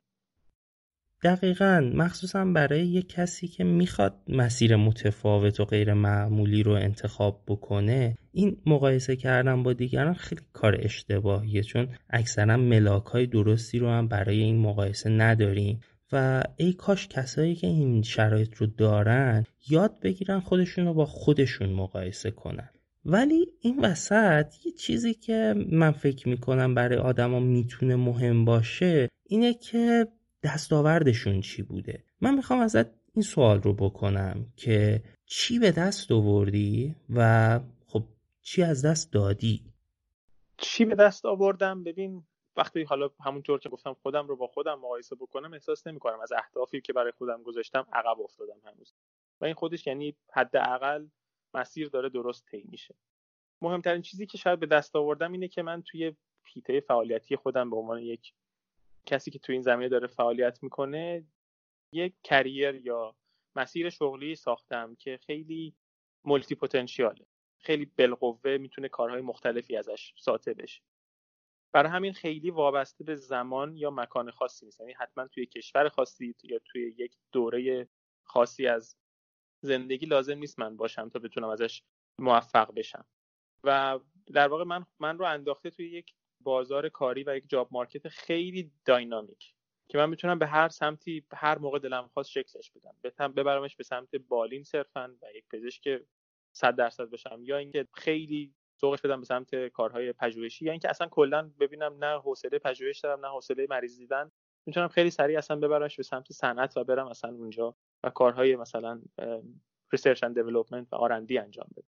دقیقاً، مخصوصا برای یک کسی که میخواد مسیر متفاوت و غیر معمولی رو انتخاب بکنه، این مقایسه کردن با دیگران خیلی کار اشتباهیه، چون اکثرا ملاک‌های درستی رو هم برای این مقایسه نداریم و ای کاش کسایی که این شرایط رو دارن یاد بگیرن خودشون رو با خودشون مقایسه کنن. ولی این وسط یه چیزی که من فکر میکنم برای آدما میتونه مهم باشه اینه که دستاوردشون چی بوده. من میخوام ازت این سوال رو بکنم که چی به دست آوردی و خب چی از دست دادی؟ چی به دست آوردم؟ ببین وقتی حالا همونطور که گفتم خودم رو با خودم مقایسه بکنم، احساس نمی‌کنم از اهدافی که برای خودم گذاشتم عقب افتادم هنوز، و این خودش یعنی حداقل مسیر داره درست طی میشه. مهمترین چیزی که شاید به دست آوردم اینه که من توی حیطه فعالیتی خودم به عنوان یک کسی که توی این زمینه داره فعالیت میکنه یک کریر یا مسیر شغلی ساختم که خیلی مولتی پتانسیاله، خیلی بالقوه میتونه کارهای مختلفی ازش ساطع بشه. برای همین خیلی وابسته به زمان یا مکان خاصی نیست، یعنی حتما توی کشور خاصی یا توی یک دوره خاصی از زندگی لازم نیست من باشم تا بتونم ازش موفق بشم. و در واقع من من رو انداخته توی یک بازار کاری و یک جاب مارکت خیلی داینامیک که من میتونم به هر سمتی هر موقع دلم خواست شکلش بدم، ببرمش به سمت بالین صرفا و یک پزشک صد درصد بشم، یا اینکه خیلی ذوقش بدم به سمت کارهای پژوهشی، یا اینکه اصلا کلا ببینم نه حوصله پژوهش دارم نه حوصله مریض دیدن، میتونم خیلی سریع اصلا ببرمش به سمت صنعت و برم اصلا اونجا و کارهای مثلا ریسرچ اند دیولپمنت و آر اند دی انجام بدم.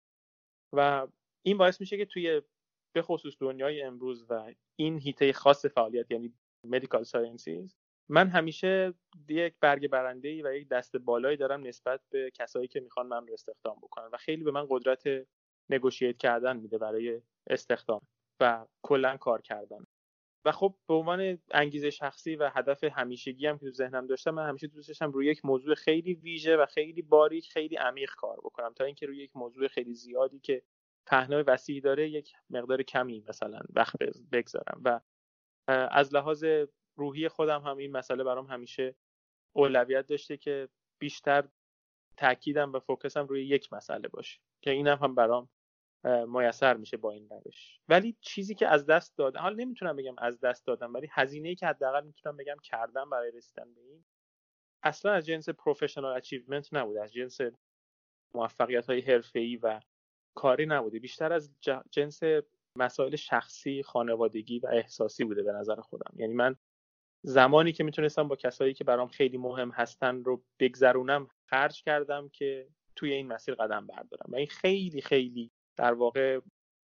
و این باعث میشه که توی به خصوص دنیای امروز و این حیطه خاص فعالیت یعنی مدیکال ساینسز، من همیشه یک برگ برنده‌ای و یک دست بالایی دارم نسبت به کسایی که میخوان من رو استخدام بکنن و خیلی به من قدرت نگوشییت کردن میده برای استخدام و کلا کار کردن. و خب به عنوان انگیزه شخصی و هدف همیشگی هم که تو ذهنم داشتم، من همیشه دوست داشتم روی یک موضوع خیلی ویژه و خیلی باریک، خیلی عمیق کار بکنم تا اینکه روی یک موضوع خیلی زیادی که پهنای وسیعی داره یک مقدار کمی مثلا وقت بگذارم. و از لحاظ روحی خودم هم این مسئله برام همیشه اولویت داشته که بیشتر تاکیدم و فوکسم روی یک مسئله باشه که اینم هم برام میسر میشه با این روش. ولی چیزی که از دست دادم، حالا نمیتونم بگم از دست دادم، ولی هزینه‌ای که حداقل میتونم بگم کردم برای رسیدن به این، اصلا از جنس پروفشنال اچیومنت نبود، از جنس موفقیت‌های حرفه‌ای و کاری نبوده، بیشتر از جنس مسائل شخصی، خانوادگی و احساسی بوده به نظر خودم. یعنی من زمانی که میتونستم با کسایی که برام خیلی مهم هستن رو بگذرونم خرج کردم که توی این مسیر قدم بردارم، و این خیلی خیلی در واقع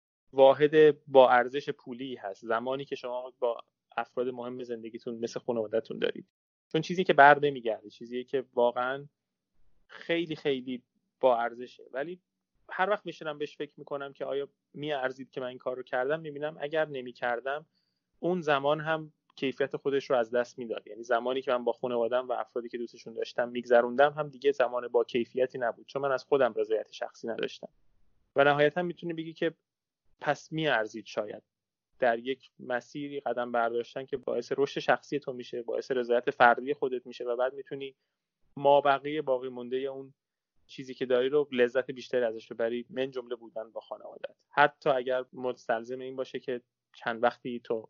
واحد با ارزش پولی هست زمانی که شما با افراد مهم زندگیتون مثل خانواده‌تون دارید، چون چیزی که بر نمیگرده، چیزی که واقعا خیلی خیلی با ارزشه. ولی هر وقت میشینم بهش فکر میکنم که آیا میارزید که من این کار رو کردم، میبینم اگر نمیکردم اون زمان هم کیفیت خودش رو از دست میداد. یعنی زمانی که من با خانواده‌ام و افرادی که دوستشون داشتم میگذروندم هم دیگه زمان با کیفیتی نبود، چون من از خودم رضایت شخصی نداشتم. و نهایتا میتونی بگی که پس میارزید شاید در یک مسیری قدم برداشتن که باعث رشد شخصی تو میشه، باعث رضایت فردی خودت میشه، و بعد میتونی مابقی باقی مونده اون چیزی که داری رو لذت بیشتری ازش ببری، من جمله بودن با خانواده‌ات، حتی اگر مستلزم این باشه که چند وقتی تو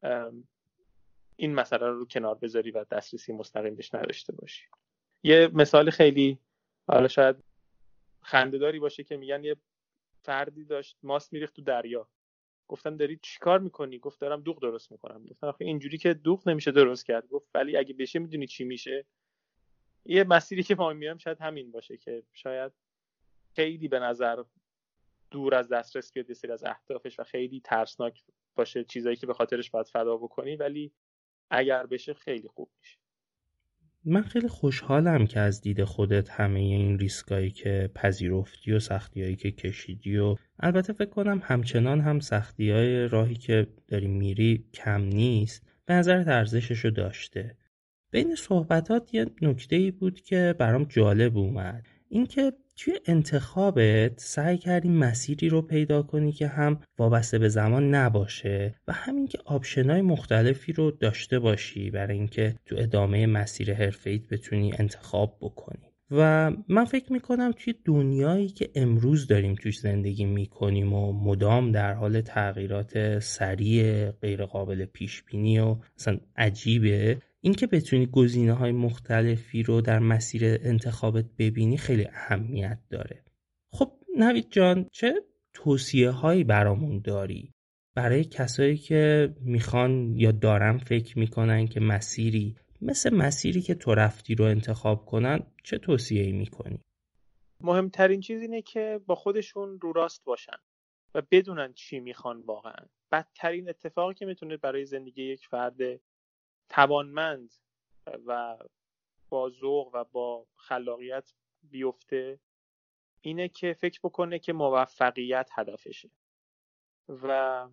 این مسئله رو کنار بذاری و دسترسی مستقیم بهش نداشته باشی. یه مثال خیلی حالا شاید خنده‌داری باشه که میگن یه فردی داشت ماست میریخت تو دریا. گفتم داری چیکار میکنی؟ گفت دارم دوغ درست میکنم. گفتم آخه اینجوری که دوغ نمیشه درست کرد. گفت ولی اگه بشه میدونی چی میشه؟ یه مسیری که ما میام شاید همین باشه که شاید خیلی به نظر دور از دسترس بیاد یه سری از اهدافش و خیلی ترسناک باشه چیزایی که به خاطرش باید فدا بکنی، ولی اگر بشه خیلی خوب میشه. من خیلی خوشحالم که از دید خودت همه این ریسکایی که پذیرفتی و سختیایی که کشیدی، و البته فکر کنم همچنان هم سختیای راهی که داری میری کم نیست، به نظرت ارزششو داشته. بین صحبتات یه نکته‌ای بود که برام جالب اومد، این که توی انتخابت سعی کردی مسیری رو پیدا کنی که هم وابسته به زمان نباشه و همین که آپشن‌های مختلفی رو داشته باشی برای اینکه تو ادامه مسیر حرفه‌ایت بتونی انتخاب بکنی. و من فکر میکنم توی دنیایی که امروز داریم توش زندگی میکنیم و مدام در حال تغییرات سریع غیر قابل پیش بینی و مثلا عجیبه، این که بتونی گزینه‌های مختلفی رو در مسیر انتخابت ببینی خیلی اهمیت داره. خب نوید جان، چه توصیه‌هایی برامون داری برای کسایی که میخوان یا دارن فکر میکنن که مسیری مثل مسیری که تو رفتی رو انتخاب کنن؟ چه توصیه‌ای میکنی؟ مهمترین چیز اینه که با خودشون رو راست باشن. و بدونن چی میخوان واقعا. بدترین اتفاقی که میتونه برای زندگی یک فرد توانمند و با ذوق و با خلاقیت بیفته اینه که فکر بکنه که موفقیت هدفشه و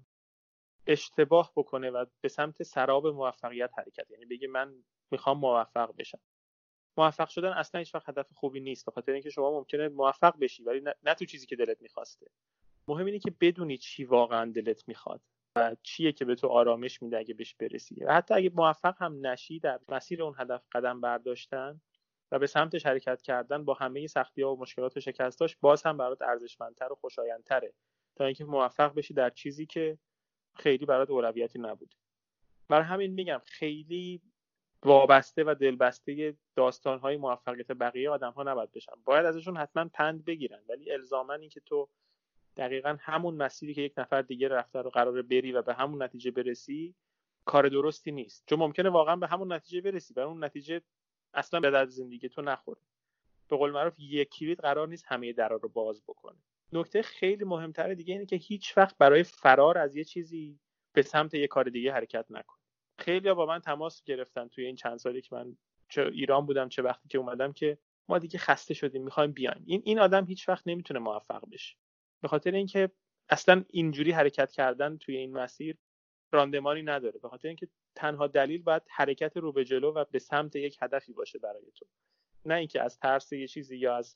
اشتباه بکنه و به سمت سراب موفقیت حرکت، یعنی بگه من میخوام موفق بشم. موفق شدن اصلا هیچ وقت هدف خوبی نیست، به خاطر اینکه شما ممکنه موفق بشی ولی نه, نه تو چیزی که دلت میخواسته. مهم اینه که بدونی چی واقعا دلت میخواد و چیه که به تو آرامش میده اگه بهش برسی. و حتی اگه موفق هم نشی، در مسیر اون هدف قدم برداشتن و به سمتش حرکت کردن با همه سختی‌ها و مشکلات و شکستاش باز هم برات ارزشمندتر و خوشایندتره تا اینکه موفق بشی در چیزی که خیلی برات اولویتی نبود. برای همین میگم خیلی وابسته و دلبسته داستان‌های موفقیت بقیه آدم‌ها نباید بشن. باید ازشون حتما پند بگیرن، ولی الزاماً این که تو دقیقاً همون مسیری که یک نفر دیگه رفته رو قراره بری و به همون نتیجه برسی کار درستی نیست، چون ممکنه واقعا به همون نتیجه برسی و اون نتیجه اصلا به درد زندگی تو نخوره. به قول معروف یک کلید قرار نیست همه درا رو باز بکنه. نکته خیلی مهمتر دیگه اینه که هیچ وقت برای فرار از یه چیزی به سمت یه کار دیگه حرکت نکن. خیلی‌ها با من تماس گرفتن توی این چند سالی که من چه ایران بودم چه وقتی که اومدم که ما دیگه خسته شدیم می‌خوایم بیایم. این این آدم هیچ وقت نمیتونه موفق بشه، به خاطر اینکه اصلا اینجوری حرکت کردن توی این مسیر راندمانی نداره. به خاطر اینکه تنها دلیل باید حرکت رو به جلو و به سمت یک هدفی باشه برای تو، نه اینکه از ترس یه چیزی یا از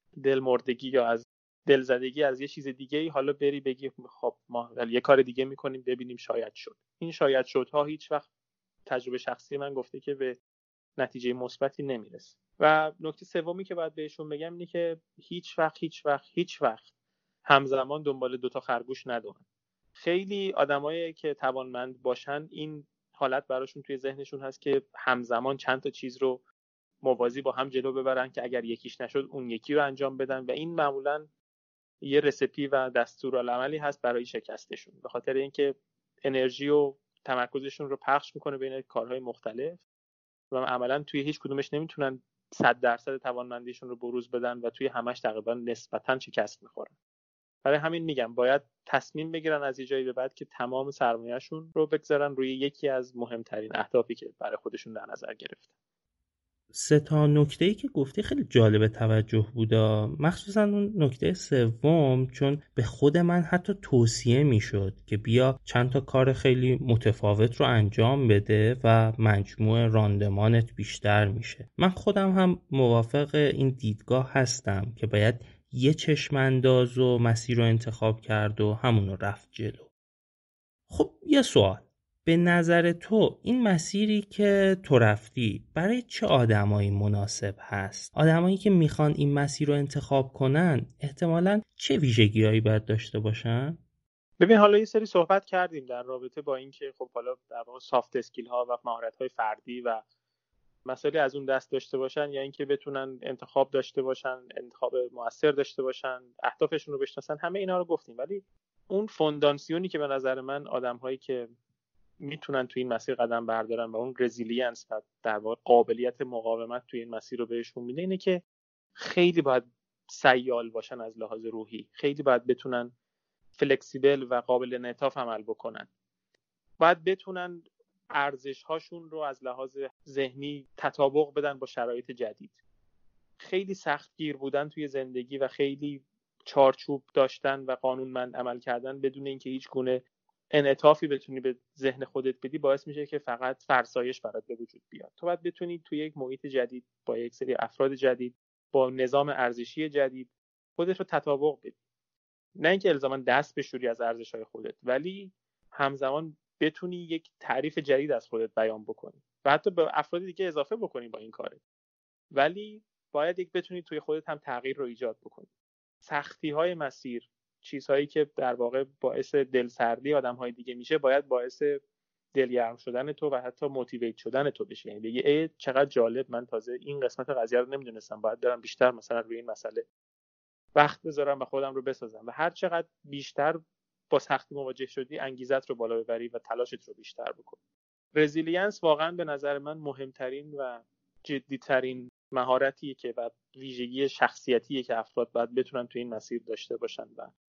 دلمردگی یا از دلزدگی از یه چیز دیگه ای حالا بری بگی خب ما یه کار دیگه میکنیم ببینیم شاید شد. این شاید شدها هیچ وقت تجربه شخصی من گفته که به نتیجه مثبتی نمیرسه. و نکته سومی که باید بهشون بگم اینه که هیچ وقت هیچ وقت هیچ وقت همزمان دنبال دوتا خرگوش ندون. خیلی آدمایی که توانمند باشن این حالت براشون توی ذهنشون هست که همزمان چند تا چیز رو موازی با هم جلو ببرن که اگر یکیش نشد اون یکی رو انجام بدن و این معمولاً یه رسیپی و دستورالعملی هست برای شکستشون، به خاطر اینکه انرژی و تمرکزشون رو پخش میکنه بین کارهای مختلف و عملاً توی هیچ کدومش نمیتونن صد درصد توانمندیشون رو بروز بدن و توی همش تقریبا نسبتاً شکست میخورن. برای همین میگم باید تصمیم بگیرن از یه جایی به بعد که تمام سرمایه‌شون رو بگذارن روی یکی از مهمترین اهدافی که برای خودشون در نظر گرفتن. سه تا نکته‌ای که گفتی خیلی جالب توجه بودا، مخصوصا اون نکته سوم، چون به خود من حتی توصیه میشد که بیا چند تا کار خیلی متفاوت رو انجام بده و مجموع راندمانت بیشتر میشه. من خودم هم موافق این دیدگاه هستم که باید یه چشم انداز و مسیر رو انتخاب کرد و همون رو رفت جلو. خب یه سوال، به نظر تو این مسیری که تو رفتی برای چه آدمایی مناسب هست؟ آدمایی که میخوان این مسیر رو انتخاب کنن احتمالاً چه ویژگی‌هایی باید داشته باشن؟ ببین حالا یه سری صحبت کردیم در رابطه با اینکه خب حالا در واقع سافت اسکیل ها و مهارت های فردی و مسائلی از اون دست داشته باشن یا اینکه بتونن انتخاب داشته باشن، انتخاب موثر داشته باشن، اهدافشون رو بشناسن، همه اینا رو گفتیم. ولی اون فونداسیونی که به نظر من آدم‌هایی که میتونن توی این مسیر قدم بردارن و اون رزیلینس و در واقع قابلیت مقاومت توی این مسیر رو بهشون میده اینه که خیلی باید سیال باشن از لحاظ روحی، خیلی باید بتونن فلکسیبل و قابل انعطاف عمل بکنن، باید بتونن ارزش هاشون رو از لحاظ ذهنی تطابق بدن با شرایط جدید. خیلی سخت گیر بودن توی زندگی و خیلی چارچوب داشتن و قانونمند عمل کردن بدون اینکه هیچ گونه انعطافی بتونی به ذهن خودت بدی باعث میشه که فقط فرسایش برات به وجود بیاد. تو باید بتونی توی یک محیط جدید با یک سری افراد جدید با نظام ارزشی جدید خودت رو تطابق بدی، نه اینکه الزاما دست بشوری از ارزش‌های خودت، ولی همزمان بتونی یک تعریف جدید از خودت بیان بکنی و حتی به افراد دیگه اضافه بکنی با این کارت، ولی باید یک بتونی توی خودت هم تغییر رو ایجاد بکنی. سختی‌های مسیر، چیزهایی که در واقع باعث دلسردی آدم‌های دیگه میشه، باید باعث دلگرم شدن تو و حتی موتیویت شدن تو بشه. یعنی بگی ای چقدر جالب، من تازه این قسمت قضیه رو نمیدونستم، باید برم بیشتر مثلا روی این مسئله وقت بذارم و خودم رو بسازم. و هر چقدر بیشتر با سختی مواجه شدی انگیزت رو بالا ببری و تلاشت رو بیشتر بکن. رزیلینس واقعا به نظر من مهمترین و جدیترین مهارتیه که و ویژگی شخصیتیه که افراد باید بتونن تو این مسیر داشته باشن و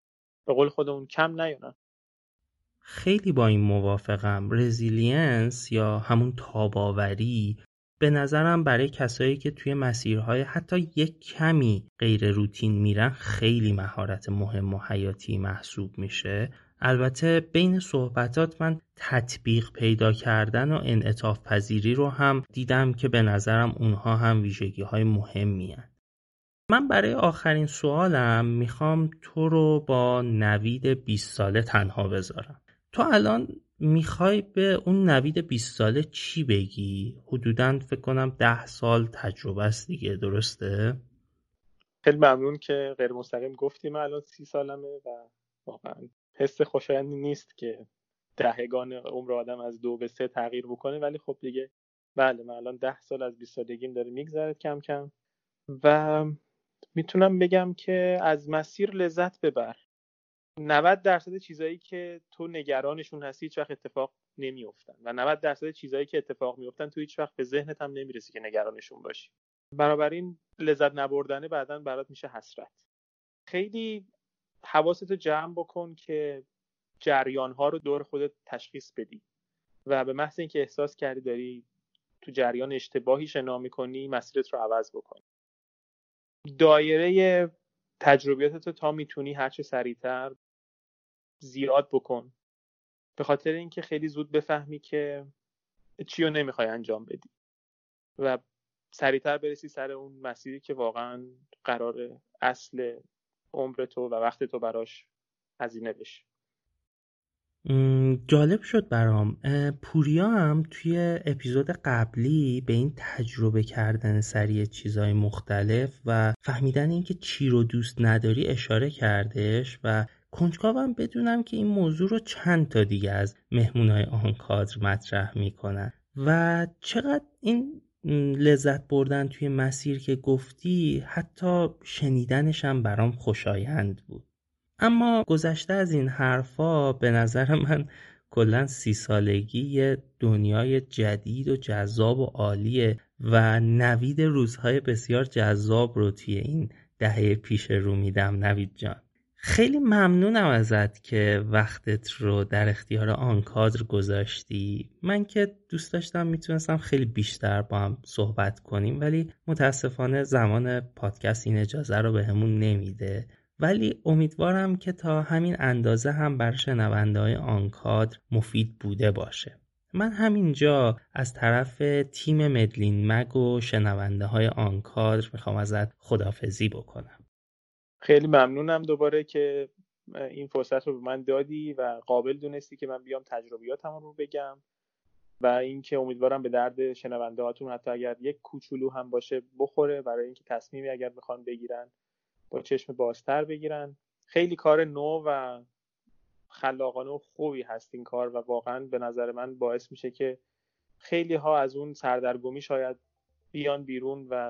به قول خودمون کم نیانن. خیلی با این موافقم. رزیلینس یا همون تاباوری به نظرم برای کسایی که توی مسیرهای حتی یک کمی غیر روتین میرن خیلی مهارت مهم و حیاتی محسوب میشه. البته بین صحبتات من تطبیق پیدا کردن و انعطاف پذیری رو هم دیدم که به نظرم اونها هم ویژگی های مهمی هستند. من برای آخرین سوالم میخوام تو رو با نوید بیست ساله تنها بذارم. تو الان میخوای به اون نوید بیست ساله چی بگی؟ حدوداً فکر کنم ده سال تجربه است دیگه، درسته؟ خیلی ممنون که غیر مستقیم گفتی. من الان سی سالمه و واقعا حس خوشایندی نیست که دهگان عمر آدم از دو به سه تغییر بکنه، ولی خب دیگه بله من الان ده سال از بیست سالگیم داره میگذره کم کم و میتونم بگم که از مسیر لذت ببر. نود درصد چیزایی که تو نگرانشون هستی هیچ وقت اتفاق نمیافتن و نود درصد چیزایی که اتفاق میافتن تو هیچ وقت به ذهنت هم نمیرسی که نگرانشون باشی. بنابراین لذت نبردنه بعداً برات میشه حسرت. خیلی حواستو جمع بکن که جریان‌ها رو دور خودت تشخیص بدی و به محض اینکه احساس کردی داری تو جریان اشتباهی شنا می‌کنی مسیرت رو عوض بکن. دایره تجربیاتت رو تا میتونی هرچه سریعتر زیاد بکن، به خاطر اینکه خیلی زود بفهمی که چی رو نمیخوای انجام بدی و سریعتر برسی سر اون مسیری که واقعا قراره اصل عمر تو و وقت تو براش هزینه بشه. جالب شد برام. پوریا هم توی اپیزود قبلی به این تجربه کردن سریع چیزهای مختلف و فهمیدن اینکه چی رو دوست نداری اشاره کردش و کنجکاوم بدونم که این موضوع رو چند تا دیگه از مهمونای آن کادر مطرح میکنن و چقدر این لذت بردن توی مسیر که گفتی حتی شنیدنش هم برام خوشایند بود. اما گذشته از این حرفا به نظر من کلاً سی سالگی یه دنیای جدید و جذاب و عالیه و نوید روزهای بسیار جذاب رو توی این دهه پیش رو میدم. نوید جان خیلی ممنونم ازت که وقتت رو در اختیار آن کادر گذاشتی. من که دوست داشتم میتونستم خیلی بیشتر با هم صحبت کنیم ولی متاسفانه زمان پادکست این اجازه رو بهمون نمیده، ولی امیدوارم که تا همین اندازه هم بر شنونده‌های آن کادر مفید بوده باشه. من همینجا از طرف تیم مدلین مگ و شنونده‌های آن کادر میخوام ازت خداحافظی بکنم. خیلی ممنونم دوباره که این فرصت رو به من دادی و قابل دونستی که من بیام تجربیاتم رو بگم و اینکه امیدوارم به درد شنونده هاتون حتی اگر یک کوچولو هم باشه بخوره، برای اینکه تصمیمی اگر میخوان بگیرن با چشم بازتر بگیرن. خیلی کار نو و خلاقانه و خوبی هست این کار و واقعا به نظر من باعث میشه که خیلی ها از اون سردرگمی شاید بیان بیرون و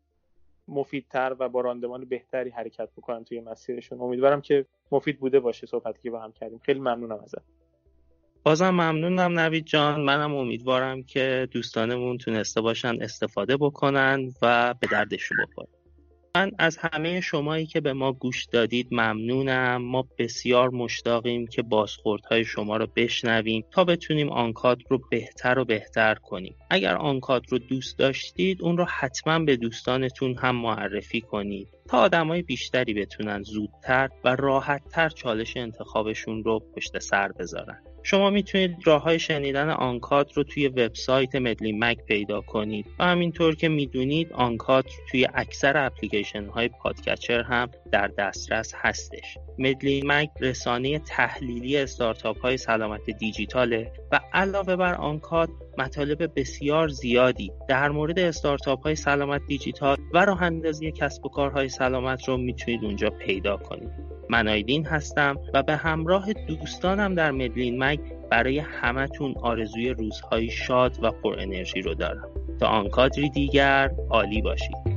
مفیدتر و با راندمان بهتری حرکت بکنن توی مسیرشون. امیدوارم که مفید بوده باشه صحبتی که با هم کردیم. خیلی ممنونم ازت. بازم ممنونم نوید جان. منم امیدوارم که دوستانمون تونسته باشن استفاده بکنن و به دردشون بخوره. من از همه شمایی که به ما گوش دادید ممنونم. ما بسیار مشتاقیم که بازخوردهای شما رو بشنویم تا بتونیم آنکادر رو بهتر و بهتر کنیم. اگر آنکادر رو دوست داشتید اون رو حتما به دوستانتون هم معرفی کنید تا آدمای بیشتری بتونن زودتر و راحتتر چالش انتخابشون رو پشت سر بذارن. شما میتونید راه‌های شنیدن آنکادر رو توی وبسایت مدلین مگ پیدا کنید و همینطور که میدونید آنکادر توی اکثر اپلیکیشن های پادکچر هم در دسترس هستش. مدلین مگ رسانه تحلیلی استارتاپ های سلامت دیجیتاله و علاوه بر آنکادر مطالب بسیار زیادی در مورد استارتاپ های سلامت دیجیتال و راه اندازی کسب و کارهای سلامت رو میتونید اونجا پیدا کنید. من آیدین هستم و به همراه دوستانم در مدلین مگ برای همتون آرزوی روزهای شاد و پر انرژی رو دارم. تا آنکادری دیگر عالی باشید.